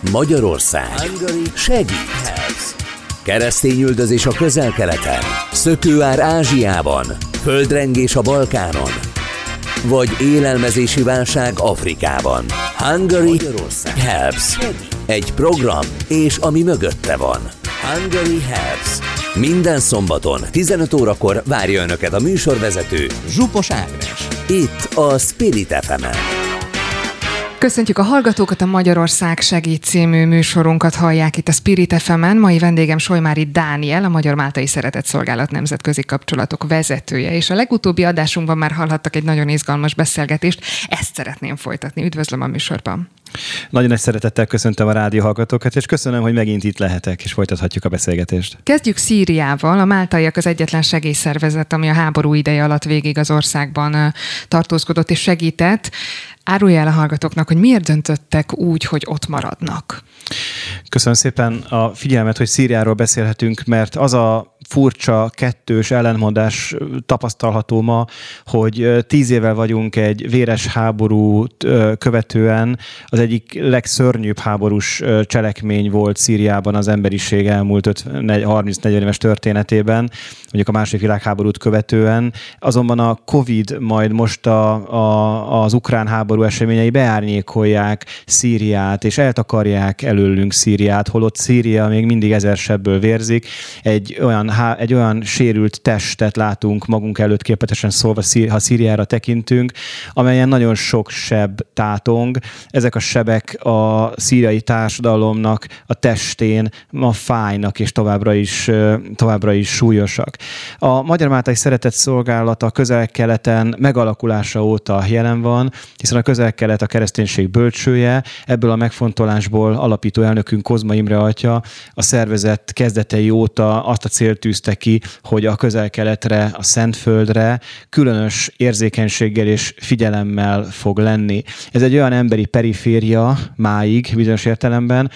Magyarország segít. Keresztényüldözés a Közel-Keleten, szökőár Ázsiában, földrengés a Balkánon, vagy élelmezési válság Afrikában. Hungary Helps. Egy program, és ami mögötte van. Hungary Helps. Minden szombaton 15 órakor várja Önöket a műsorvezető, Zsupos Ágnes. Itt a Spirit FM-en. Köszöntjük a hallgatókat, a Magyarország segít című műsorunkat hallják itt a Spirit FM-en. Mai vendégem Solymári Dániel, a Magyar-Máltai Szeretetszolgálat nemzetközi kapcsolatok vezetője, és a legutóbbi adásunkban már hallhattak egy nagyon izgalmas beszélgetést. Ezt szeretném folytatni. Üdvözlöm a műsorban. Nagyon nagy szeretettel köszöntöm a rádió hallgatókat, és köszönöm, hogy megint itt lehetek, és folytathatjuk a beszélgetést. Kezdjük Szíriával. A máltaiak az egyetlen segélyszervezet, ami a háború ideje alatt végig az országban tartózkodott és segített. Árulj el a hallgatóknak, hogy miért döntöttek úgy, hogy ott maradnak. Köszönöm szépen a figyelmet, hogy Szíriáról beszélhetünk, mert az a furcsa, kettős ellentmondás tapasztalható ma, hogy 10 éve vagyunk egy véres háborút követően. Az egyik legszörnyűbb háborús cselekmény volt Szíriában az emberiség elmúlt 30-40 éves történetében, mondjuk a második világháborút követően. Azonban a Covid, majd most az ukrán háború eseményei beárnyékolják Szíriát, és eltakarják előlünk Szíriát, holott Szíria még mindig 1000 sebből vérzik. Egy olyan sérült testet látunk magunk előtt, képletesen szólva, ha Szíriára tekintünk, amelyen nagyon sok seb tátong. Ezek a sebek a szíriai társadalomnak a testén ma fájnak, és továbbra is súlyosak. A Magyar-Máltai Szeretetszolgálat a Közel-Keleten megalakulása óta jelen van, hiszen a Közel-Kelet a kereszténység bölcsője. Ebből a megfontolásból alapító elnökünk, Kozma Imre atya a szervezet kezdetei óta azt a célt tűzte ki, hogy a Közel-Keletre, a Szentföldre különös érzékenységgel és figyelemmel fog lenni. Ez egy olyan emberi periféria máig, bizonyos értelemben,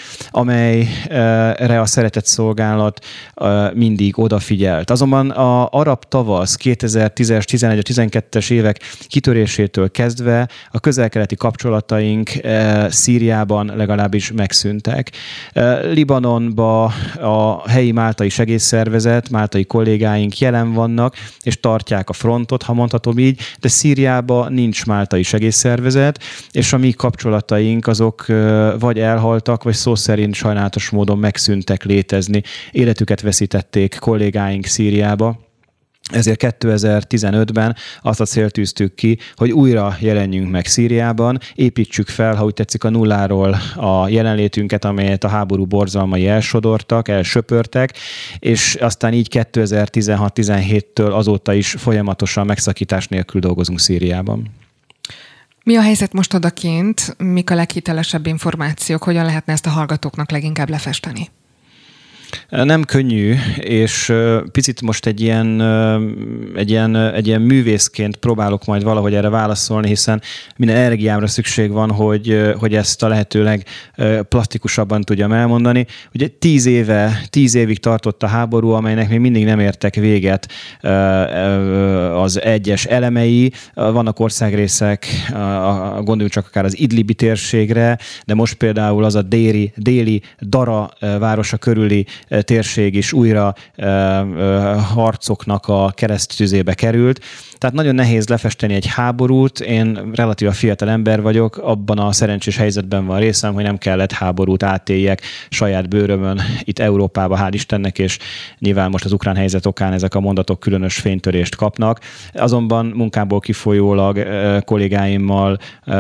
amelyre a Szeretetszolgálat mindig odafigyelt. Azonban az arab tavasz 2010-es, 11-es, 12-es évek kitörésétől kezdve a közel-keleti kapcsolataink Szíriában legalábbis megszűntek. Libanonban a helyi máltai segélyszervezet, máltai kollégáink jelen vannak, és tartják a frontot, ha mondhatom így, de Szíriában nincs máltai segélyszervezet, és a mi kapcsolataink azok vagy elhaltak, vagy szó szerint sajnálatos módon megszűntek létezni. Életüket veszítették kollégáink Szíriába. Ezért 2015-ben azt a célt tűztük ki, hogy újra jelenjünk meg Szíriában, építsük fel, ha úgy tetszik, a nulláról a jelenlétünket, amelyet a háború borzalmai elsodortak, elsöpörtek, és aztán így 2016-17-től azóta is folyamatosan megszakítás nélkül dolgozunk Szíriában. Mi a helyzet most odakint? Mik a leghitelesebb információk? Hogyan lehetne ezt a hallgatóknak leginkább lefesteni? Nem könnyű, és picit most egy ilyen művészként próbálok majd valahogy erre válaszolni, hiszen minden energiámra szükség van, hogy ezt a lehetőleg plastikusabban tudjam elmondani. Ugye 10 évig tartott a háború, amelynek még mindig nem értek véget az egyes elemei. Vannak országrészek, gondoljunk csak akár az Idlibi térségre, de most például az a déli Dara városa körüli térség is újra harcoknak a kereszttüzébe került. Tehát nagyon nehéz lefesteni egy háborút. Én relatíva fiatal ember vagyok, abban a szerencsés helyzetben van részem, hogy nem kellett háborút átéljek saját bőrömön itt Európában, hál' Istennek, és nyilván most az ukrán helyzet okán ezek a mondatok különös fénytörést kapnak. Azonban munkából kifolyólag kollégáimmal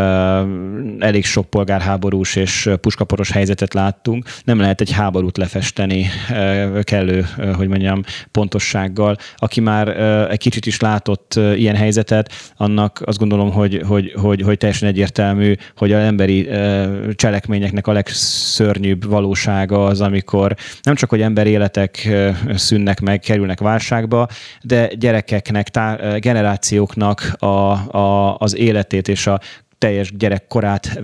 elég sok polgárháborús és puskaporos helyzetet láttunk. Nem lehet egy háborút lefesteni kellő, hogy mondjam, pontossággal. Aki már egy kicsit is látott ilyen helyzetet, annak azt gondolom, hogy teljesen egyértelmű, hogy az emberi cselekményeknek a legszörnyűbb valósága az, amikor nem csak, hogy emberéletek szűnnek meg, kerülnek válságba, de gyerekeknek, generációknak az életét és a teljes gyerekkorát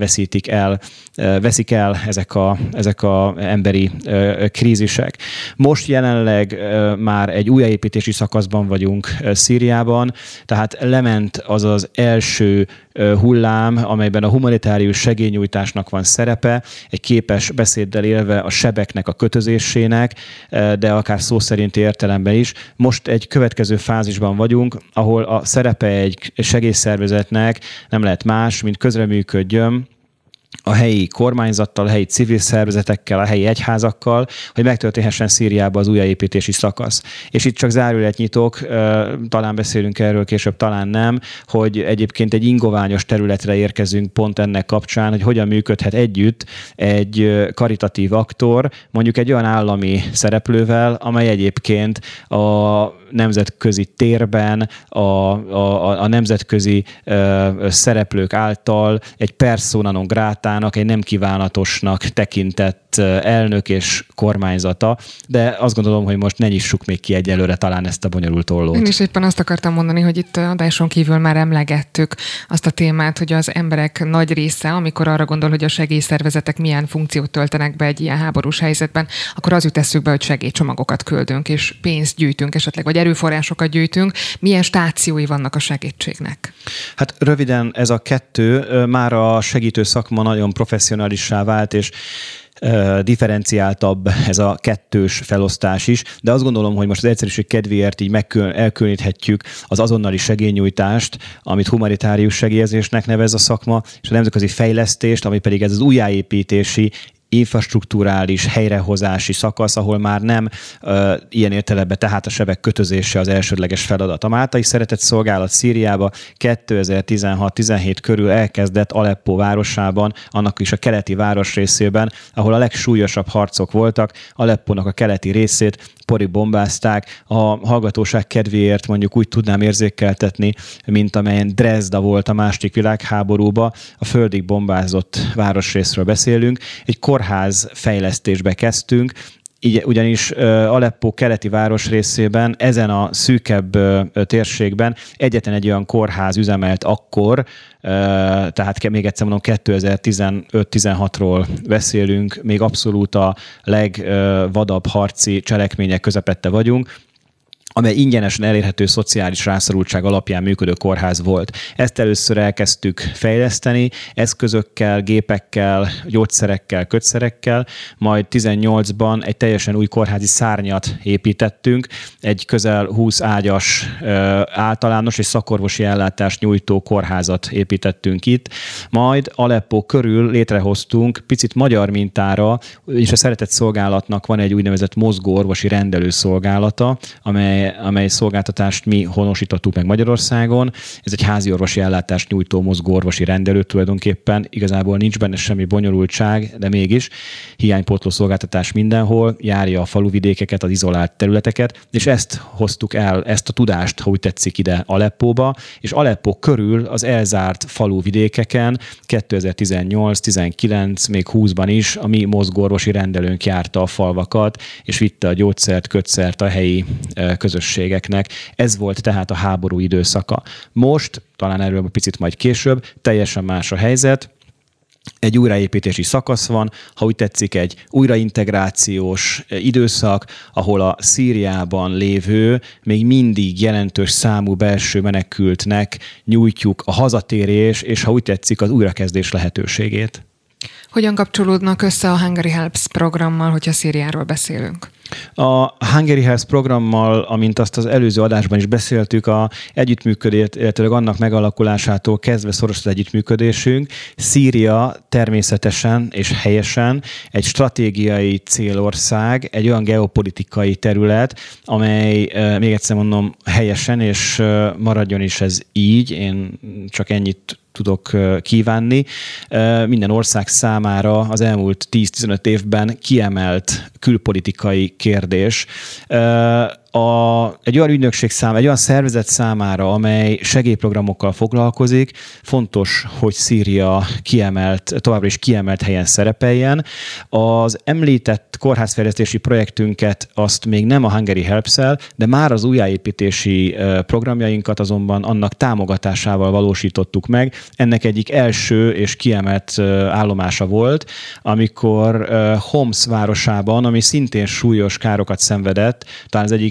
veszik el ezek a emberi krízisek. Most jelenleg már egy újjáépítési szakaszban vagyunk Szíriában, tehát lement az az első hullám, amelyben a humanitárius segélynyújtásnak van szerepe, egy képes beszéddel élve a sebeknek a kötözésének, de akár szó szerinti értelemben is. Most egy következő fázisban vagyunk, ahol a szerepe egy segélyszervezetnek nem lehet más, mint közreműködjön a helyi kormányzattal, a helyi civil szervezetekkel, a helyi egyházakkal, hogy megtörténhessen Szíriában az újjáépítési szakasz. És itt csak zárójelet nyitok, talán beszélünk erről később, talán nem, hogy egyébként egy ingoványos területre érkezünk pont ennek kapcsán, hogy hogyan működhet együtt egy karitatív aktor, mondjuk egy olyan állami szereplővel, amely egyébként a nemzetközi térben, a nemzetközi szereplők által egy persona non gratának, egy nem kívánatosnak tekintett elnök és kormányzata, de azt gondolom, hogy most ne nyissuk még ki egyelőre talán ezt a bonyolult ollót. Én is éppen azt akartam mondani, hogy itt adáson kívül már emlegettük azt a témát, hogy az emberek nagy része, amikor arra gondol, hogy a segélyszervezetek milyen funkciót töltenek be egy ilyen háborús helyzetben, akkor az jut eszükbe, hogy segélycsomagokat küldünk, és pénzt gyűjtünk esetleg, vagy erőforrásokat gyűjtünk. Milyen stációi vannak a segítségnek? Hát röviden ez a kettő, már a segítő szakma nagyon professzionálissá vált, és differenciáltabb ez a kettős felosztás is, de azt gondolom, hogy most az egyszerűség kedvéért így elkülöníthetjük az azonnali segélynyújtást, amit humanitárius segélyezésnek nevez a szakma, és a nemzetközi fejlesztést, ami pedig ez az újjáépítési infrastrukturális helyrehozási szakasz, ahol már nem ilyen értelemben tehát a sebek kötözése az elsődleges feladat. A Máltai Szeretett Szolgálat Szíriába 2016-17 körül elkezdett Aleppo városában, annak is a keleti városrészében, ahol a legsúlyosabb harcok voltak. Aleppónak a keleti részét bombázták. A hallgatóság kedvéért mondjuk úgy tudnám érzékeltetni, mint amelyen Dresda volt a második világháborúban, a földig bombázott városrészről beszélünk. Egy kórház fejlesztésbe kezdtünk, így ugyanis Aleppo keleti városrészében, ezen a szűkebb térségben egyetlen egy olyan kórház üzemelt akkor, tehát még egyszer mondom, 2015-16-ról beszélünk, még abszolút a legvadabb harci cselekmények közepette vagyunk, amely ingyenesen elérhető szociális rászorultság alapján működő kórház volt. Ezt először elkezdtük fejleszteni, eszközökkel, gépekkel, gyógyszerekkel, kötszerekkel, majd 18-ban egy teljesen új kórházi szárnyat építettünk, egy közel 20 ágyas általános és szakorvosi ellátást nyújtó kórházat építettünk itt, majd Aleppo körül létrehoztunk picit magyar mintára, és a Szeretett Szolgálatnak van egy úgynevezett mozgóorvosi rendelőszolgálata, amely szolgáltatást mi honosítottuk meg Magyarországon. Ez egy házi orvosi ellátást nyújtó mozgóorvosi rendelő tulajdonképpen. Igazából nincs benne semmi bonyolultság, de mégis hiánypótló szolgáltatás mindenhol, járja a faluvidékeket, az izolált területeket, és ezt hoztuk el, ezt a tudást, ha úgy tetszik, ide Aleppóba, és Aleppo körül az elzárt faluvidékeken 2018, 19, még 20-ban is a mi mozgóorvosi rendelőnk járta a falvakat, és vitte a gyógyszert, kötszert a helyi közösségeknek. Ez volt tehát a háború időszaka. Most, talán erről picit majd később, teljesen más a helyzet. Egy újraépítési szakasz van, ha úgy tetszik, egy újraintegrációs időszak, ahol a Szíriában lévő, még mindig jelentős számú belső menekültnek nyújtjuk a hazatérés, és ha úgy tetszik, az újrakezdés lehetőségét. Hogyan kapcsolódnak össze a Hungary Helps programmal, hogyha Szíriáról beszélünk? A Hungary Helps programmal, amint azt az előző adásban is beszéltük, a együttműködés, illetve annak megalakulásától kezdve szoros az együttműködésünk. Szíria természetesen és helyesen egy stratégiai célország, egy olyan geopolitikai terület, amely, még egyszer mondom, helyesen, és maradjon is ez így, én csak ennyit tudok kívánni. Minden ország számára az elmúlt 10-15 évben kiemelt külpolitikai kérdés. Egy olyan ügynökség számára, egy olyan szervezet számára, amely segélyprogramokkal foglalkozik, fontos, hogy Szíria továbbra is kiemelt helyen szerepeljen. Az említett kórházfejlesztési projektünket azt még nem a Hungary Helps-el, de már az újjáépítési programjainkat azonban annak támogatásával valósítottuk meg. Ennek egyik első és kiemelt állomása volt, amikor Homs városában, ami szintén súlyos károkat szenvedett, talán az egyik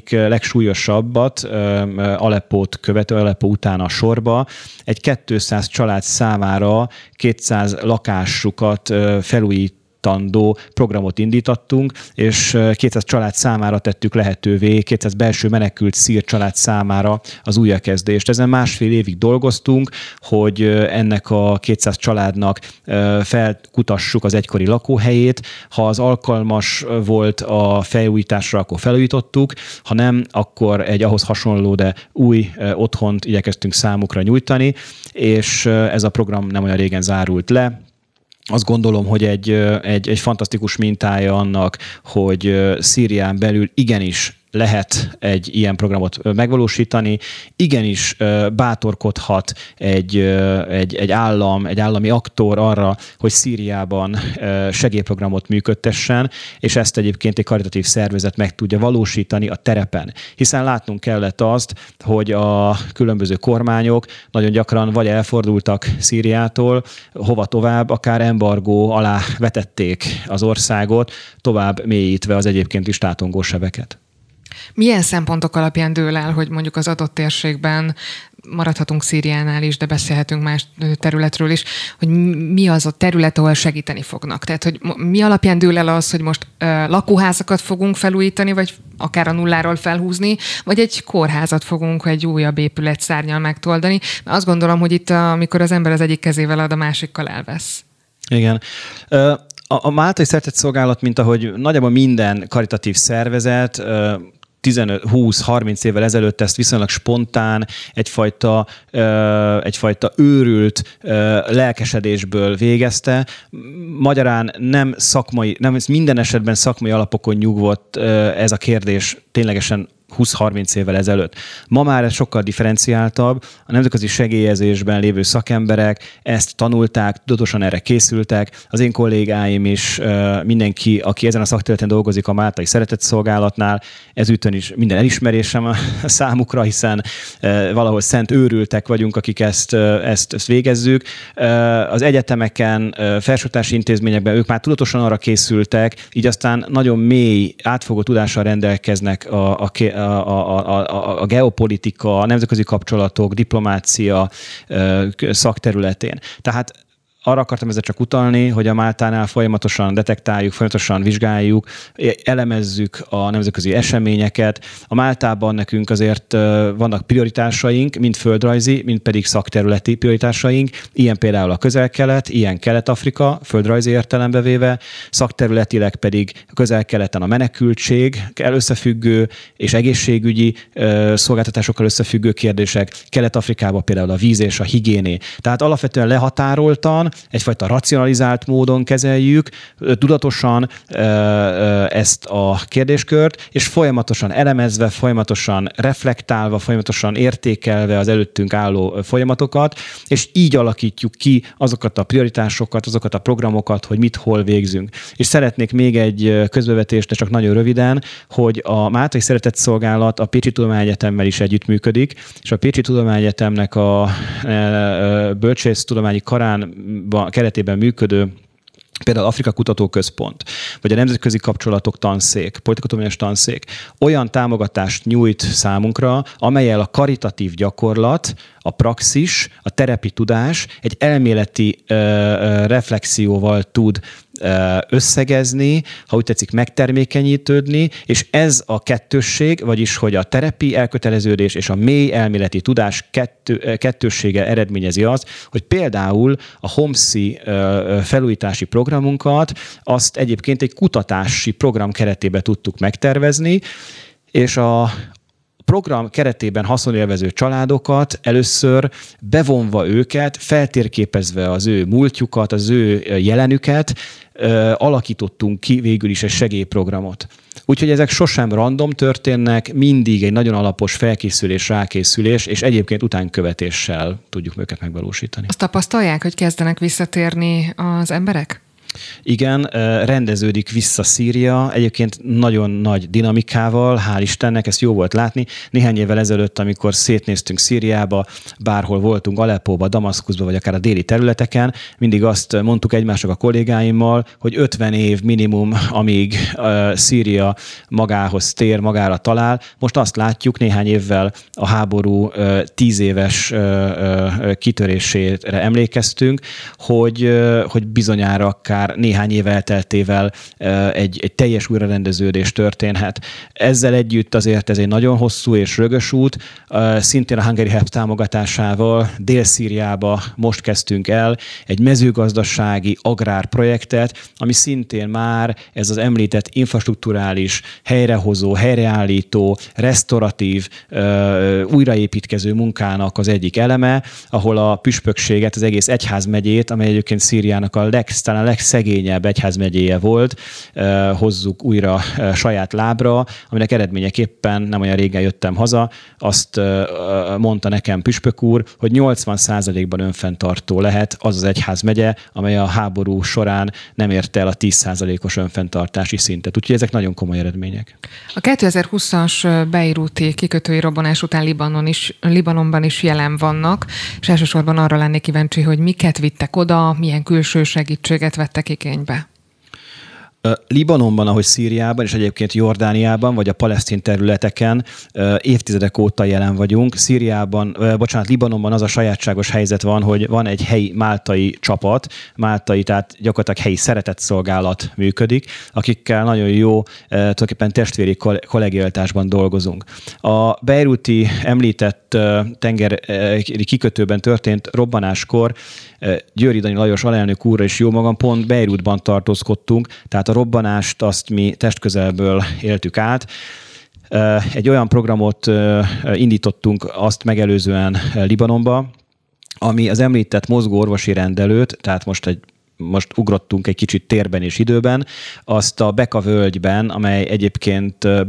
legsúlyosabbat Aleppót követő, Aleppo után a sorba. Egy 200 család számára 200 lakásukat felújítandó programot indítottunk, és 200 család számára tettük lehetővé, 200 belső menekült szír család számára az újrakezdést. Ezen 1,5 évig dolgoztunk, hogy ennek a 200 családnak felkutassuk az egykori lakóhelyét. Ha az alkalmas volt a felújításra, akkor felújítottuk, ha nem, akkor egy ahhoz hasonló, de új otthont igyekeztünk számukra nyújtani, és ez a program nem olyan régen zárult le. Azt gondolom, hogy egy fantasztikus mintája annak, hogy Szírián belül igenis lehet egy ilyen programot megvalósítani, igenis bátorkodhat egy állami aktor arra, hogy Szíriában segélyprogramot működtessen, és ezt egyébként egy karitatív szervezet meg tudja valósítani a terepen. Hiszen látnunk kellett azt, hogy a különböző kormányok nagyon gyakran vagy elfordultak Szíriától, hova tovább, akár embargó alá vetették az országot, tovább mélyítve az egyébként is tátongó sebeket. Milyen szempontok alapján dől el, hogy mondjuk az adott térségben, maradhatunk Szíriánál is, de beszélhetünk más területről is, hogy mi az a terület, ahol segíteni fognak? Tehát, hogy mi alapján dől el az, hogy most lakóházakat fogunk felújítani, vagy akár a nulláról felhúzni, vagy egy kórházat fogunk egy újabb épületszárnnyal megtoldani? Mert azt gondolom, hogy itt, amikor az ember az egyik kezével ad, a másikkal elvesz. Igen. A Máltai Szeretett Szolgálat, mint ahogy nagyjából minden karitatív szervezet, 15-20-30 évvel ezelőtt ezt viszonylag spontán, egyfajta őrült lelkesedésből végezte. Magyarán nem minden esetben szakmai alapokon nyugvott ez a kérdés ténylegesen 20-30 évvel ezelőtt. Ma már ez sokkal differenciáltabb, a nemzetközi segélyezésben lévő szakemberek ezt tanulták, tudatosan erre készültek. Az én kollégáim is, mindenki, aki ezen a szakterületen dolgozik a Máltai Szeretett Szolgálatnál, ezúton is minden elismerésem a számukra, hiszen valahol szent őrültek vagyunk, akik ezt végezzük. Az egyetemeken, felsőoktatási intézményekben ők már tudatosan arra készültek, így aztán nagyon mély, átfogó tudással rendelkeznek a geopolitika, a nemzetközi kapcsolatok, diplomácia szakterületén. Tehát arra akartam ezzel csak utalni, hogy a Máltánál folyamatosan detektáljuk, folyamatosan vizsgáljuk, elemezzük a nemzetközi eseményeket. A Máltában nekünk azért vannak prioritásaink, mind földrajzi, mind pedig szakterületi prioritásaink. Ilyen például a Közel-Kelet, ilyen Kelet-Afrika, földrajzi értelembe véve, szakterületileg pedig a Közel-Keleten a menekültséggel összefüggő és egészségügyi szolgáltatásokkal összefüggő kérdések, Kelet-Afrikában például a víz és a higiéné. Tehát alapvetően lehatároltan, egyfajta racionalizált módon kezeljük, tudatosan ezt a kérdéskört, és folyamatosan elemezve, folyamatosan reflektálva, folyamatosan értékelve az előttünk álló folyamatokat, és így alakítjuk ki azokat a prioritásokat, azokat a programokat, hogy mit hol végzünk. És szeretnék még egy közbevetést, de csak nagyon röviden, hogy a Máltai Szeretett Szolgálat a Pécsi Tudományegyetemmel is együttműködik, és a Pécsi Tudományegyetemnek a bölcsésztudományi karán keretében működő például Afrika Kutatóközpont, vagy a Nemzetközi Kapcsolatok Tanszék, Politikatudományos Tanszék olyan támogatást nyújt számunkra, amellyel a karitatív gyakorlat, a praxis, a terepi tudás egy elméleti reflexióval tud összegezni, ha úgy tetszik, megtermékenyítődni, és ez a kettősség, vagyis hogy a terepi elköteleződés és a mély elméleti tudás kettőssége eredményezi azt, hogy például a Homsi felújítási programunkat azt egyébként egy kutatási program keretében tudtuk megtervezni, és a program keretében haszonélvező családokat először bevonva őket, feltérképezve az ő múltjukat, az ő jelenüket, alakítottunk ki végül is egy segélyprogramot. Úgyhogy ezek sosem random történnek, mindig egy nagyon alapos felkészülés, rákészülés, és egyébként utánkövetéssel tudjuk őket megvalósítani. Azt tapasztalják, hogy kezdenek visszatérni az emberek? Igen, rendeződik vissza Szíria, egyébként nagyon nagy dinamikával, hál' Istennek, ezt jó volt látni. Néhány évvel ezelőtt, amikor szétnéztünk Szíriába, bárhol voltunk, Aleppóba, Damaszkuszba, vagy akár a déli területeken, mindig azt mondtuk egymásnak a kollégáimmal, hogy 50 év minimum, amíg Szíria magához tér, magára talál. Most azt látjuk, néhány évvel a háború 10 éves kitörésére emlékeztünk, hogy bizonyára akár néhány év elteltével egy teljes újrarendeződés történhet. Ezzel együtt azért ez egy nagyon hosszú és rögös út. Szintén a Hungary Help támogatásával Dél-Szíriába most kezdtünk el egy mezőgazdasági agrárprojektet, ami szintén már ez az említett infrastrukturális, helyrehozó, helyreállító, resztoratív, újraépítkező munkának az egyik eleme, ahol a püspökséget, az egész egyházmegyét, amely egyébként Szíriának talán a legszegényebb egyházmegyéje volt, hozzuk újra saját lábra, aminek eredményeképpen nem olyan régen jöttem haza, azt mondta nekem püspök úr, hogy 80%-ban önfenntartó lehet az az egyházmegye, amely a háború során nem érte el a 10%-os önfenntartási szintet. Úgyhogy ezek nagyon komoly eredmények. A 2020-as beiruti kikötői robbanás után Libanonban is jelen vannak, és elsősorban arra lennék kíváncsi, hogy miket vittek oda, milyen külső segítséget vettek igénybe. Libanonban, ahogy Szíriában, és egyébként Jordániában, vagy a palesztin területeken évtizedek óta jelen vagyunk. Libanonban az a sajátságos helyzet van, hogy van egy helyi máltai csapat, tehát gyakorlatilag helyi szeretetszolgálat működik, akikkel nagyon jó, tulajdonképpen testvéri kollegialitásban dolgozunk. A beiruti említett tengeri kikötőben történt robbanáskor Győri Dani Lajos alelnök úrra és jó magam pont Beirutban tartózkodtunk, tehát a robbanást azt mi testközelből éltük át. Egy olyan programot indítottunk azt megelőzően Libanonba, ami az említett mozgó orvosi rendelőt, tehát most ugrottunk egy kicsit térben és időben, azt a Beka völgyben, amely egyébként a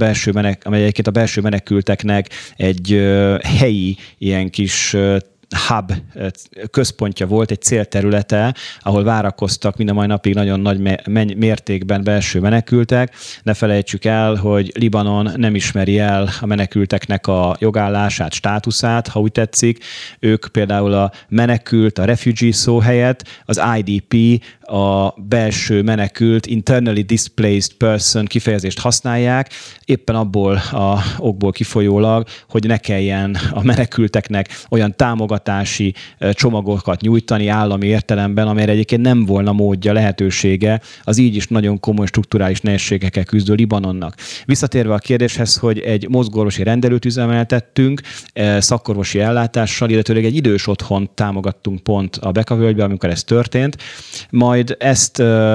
belső menekülteknek egy helyi ilyen kis hub központja volt, egy célterülete, ahol várakoztak mind a mai napig nagyon nagy mértékben belső menekültek. Ne felejtsük el, hogy Libanon nem ismeri el a menekülteknek a jogállását, státuszát, ha úgy tetszik. Ők például a menekült, a refugee szó helyett az IDP, a belső menekült, internally displaced person kifejezést használják, éppen abból a okból kifolyólag, hogy ne kelljen a menekülteknek olyan támogatási csomagokat nyújtani állami értelemben, amelyre egyébként nem volna módja, lehetősége az így is nagyon komoly strukturális nehézségekkel küzdő Libanonnak. Visszatérve a kérdéshez, hogy egy mozgóorvosi rendelőt üzemeltettünk, szakorvosi ellátással, illetőleg egy idős otthont támogattunk pont a Beka völgyben, amikor ez történt. Majd ezt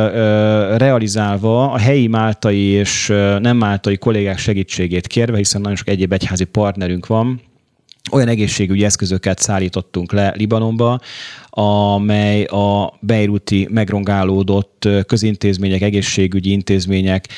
realizálva a helyi máltai és nem máltai kollégák segítségét kérve, hiszen nagyon sok egyéb egyházi partnerünk van, olyan egészségügyi eszközöket szállítottunk le Libanonba, amely a beiruti megrongálódott közintézmények, egészségügyi intézmények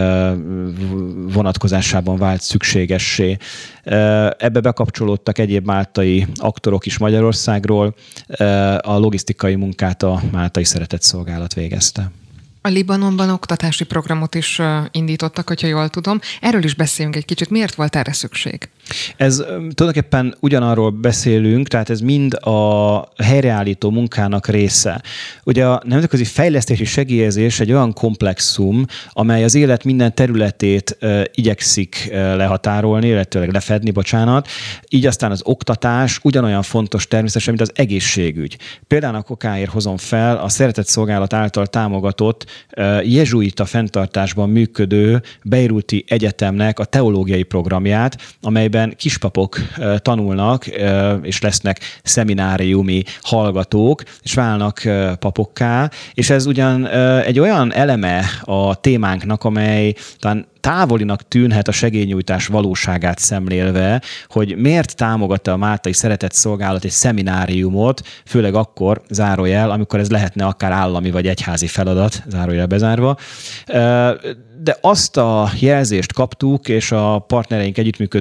vonatkozásában vált szükségessé. Ebbe bekapcsolódtak egyéb máltai aktorok is Magyarországról, a logisztikai munkát a Máltai Szeretetszolgálat végezte. A Libanonban oktatási programot is indítottak, hogyha jól tudom. Erről is beszéljünk egy kicsit. Miért volt erre szükség? Ez tulajdonképpen ugyanarról beszélünk, tehát ez mind a helyreállító munkának része. Ugye a nemzetközi fejlesztési segélyezés egy olyan komplexum, amely az élet minden területét igyekszik lehatárolni, illetve lefedni, így aztán az oktatás ugyanolyan fontos természetesen, mint az egészségügy. Például a okáért hozom fel a Szeretetszolgálat által támogatott jezsuita fenntartásban működő Beiruti Egyetemnek a teológiai programját, amelyben kispapok tanulnak, és lesznek szemináriumi hallgatók, és válnak papokká, és ez ugyan egy olyan eleme a témánknak, amely talán távolinak tűnhet a segélynyújtás valóságát szemlélve, hogy miért támogatta a Máltai Szeretetszolgálat egy szemináriumot, főleg akkor, zárójel, amikor ez lehetne akár állami vagy egyházi feladat, zárójel bezárva. De azt a jelzést kaptuk, és a partnereink együttműködő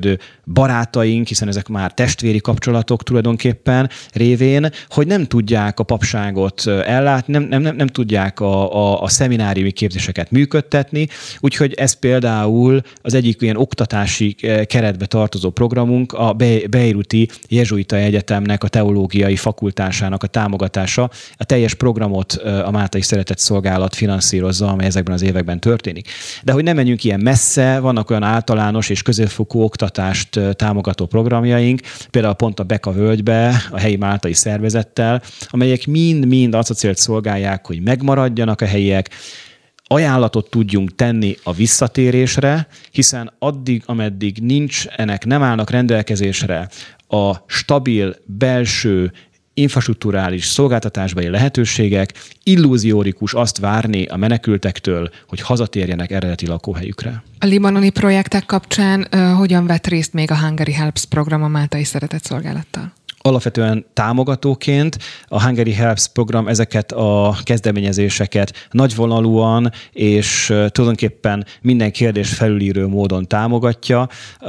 barátaink, hiszen ezek már testvéri kapcsolatok tulajdonképpen révén, hogy nem tudják a papságot ellátni, nem tudják a szemináriumi képzéseket működtetni, úgyhogy ez például az egyik ilyen oktatási keretbe tartozó programunk, a Beiruti Jezsuita Egyetemnek a teológiai fakultásának a támogatása. A teljes programot a Máltai Szeretett Szolgálat finanszírozza, amely ezekben az években történik. De hogy nem menjünk ilyen messze, vannak olyan általános és középfokú oktatást támogató programjaink, például pont a Beka völgybe, a helyi máltai szervezettel, amelyek mind-mind azt a célt szolgálják, hogy megmaradjanak a helyiek, ajánlatot tudjunk tenni a visszatérésre, hiszen addig, ameddig nem állnak rendelkezésre a stabil belső infrastrukturális szolgáltatásbeli lehetőségek, illúziórikus azt várni a menekültektől, hogy hazatérjenek eredeti lakóhelyükre. A libanoni projektek kapcsán hogyan vett részt még a Hungary Helps program a Máltai Szeretett Szolgálattal? Alapvetően támogatóként a Hungary Helps program ezeket a kezdeményezéseket nagyvonalúan és tulajdonképpen minden kérdés felülíró módon támogatja.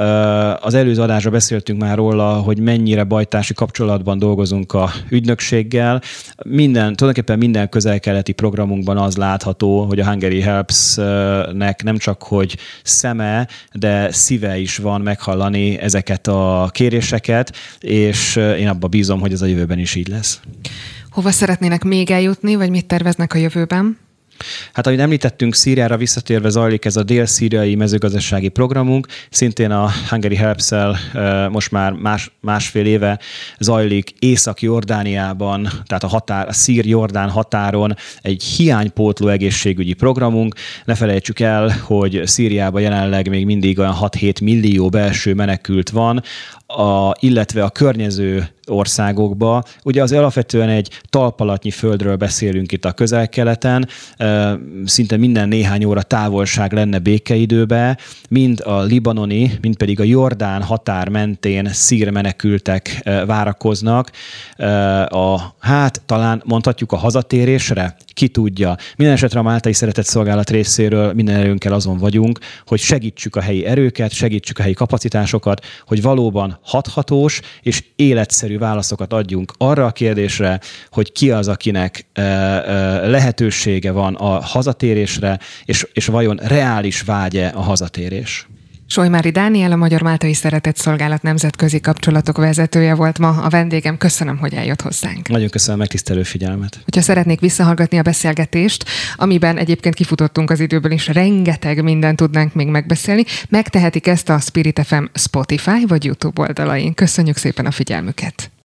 Az előző adásra beszéltünk már róla, hogy mennyire bajtársi kapcsolatban dolgozunk a ügynökséggel. Tulajdonképpen minden közel-keleti programunkban az látható, hogy a Hungary Helps-nek nem csak hogy szeme, de szíve is van meghallani ezeket a kéréseket, és én abban bízom, hogy ez a jövőben is így lesz. Hova szeretnének még eljutni, vagy mit terveznek a jövőben? Hát, ahogy említettünk, Szíriára visszatérve zajlik ez a dél-szíriai mezőgazdasági programunk. Szintén a Hungary Helps-el most már másfél éve zajlik Észak-Jordániában, tehát a szír-jordán határon egy hiánypótló egészségügyi programunk. Ne felejtsük el, hogy Szíriában jelenleg még mindig olyan 6-7 millió belső menekült van, illetve a környező országokba. Ugye az alapvetően egy talpalatnyi földről beszélünk itt a közel-keleten, szinte minden néhány óra távolság lenne békeidőbe, mind a libanoni, mind pedig a Jordán határ mentén szír menekültek várakoznak. Talán mondhatjuk a hazatérésre? Ki tudja. Minden esetre a Máltai Szeretett Szolgálat részéről minden erőnkkel azon vagyunk, hogy segítsük a helyi erőket, segítsük a helyi kapacitásokat, hogy valóban hathatós és életszerű válaszokat adjunk arra a kérdésre, hogy ki az, akinek lehetősége van a hazatérésre, és vajon reális vágya a hazatérés. Solymári Dániel, a Magyar Máltai Szeretett Szolgálat nemzetközi kapcsolatok vezetője volt ma a vendégem. Köszönöm, hogy eljött hozzánk. Nagyon köszönöm a megtisztelő figyelmet. Hogyha szeretnék visszahallgatni a beszélgetést, amiben egyébként kifutottunk az időből, és rengeteg mindent tudnánk még megbeszélni, megtehetik ezt a Spirit FM Spotify vagy YouTube oldalain. Köszönjük szépen a figyelmüket.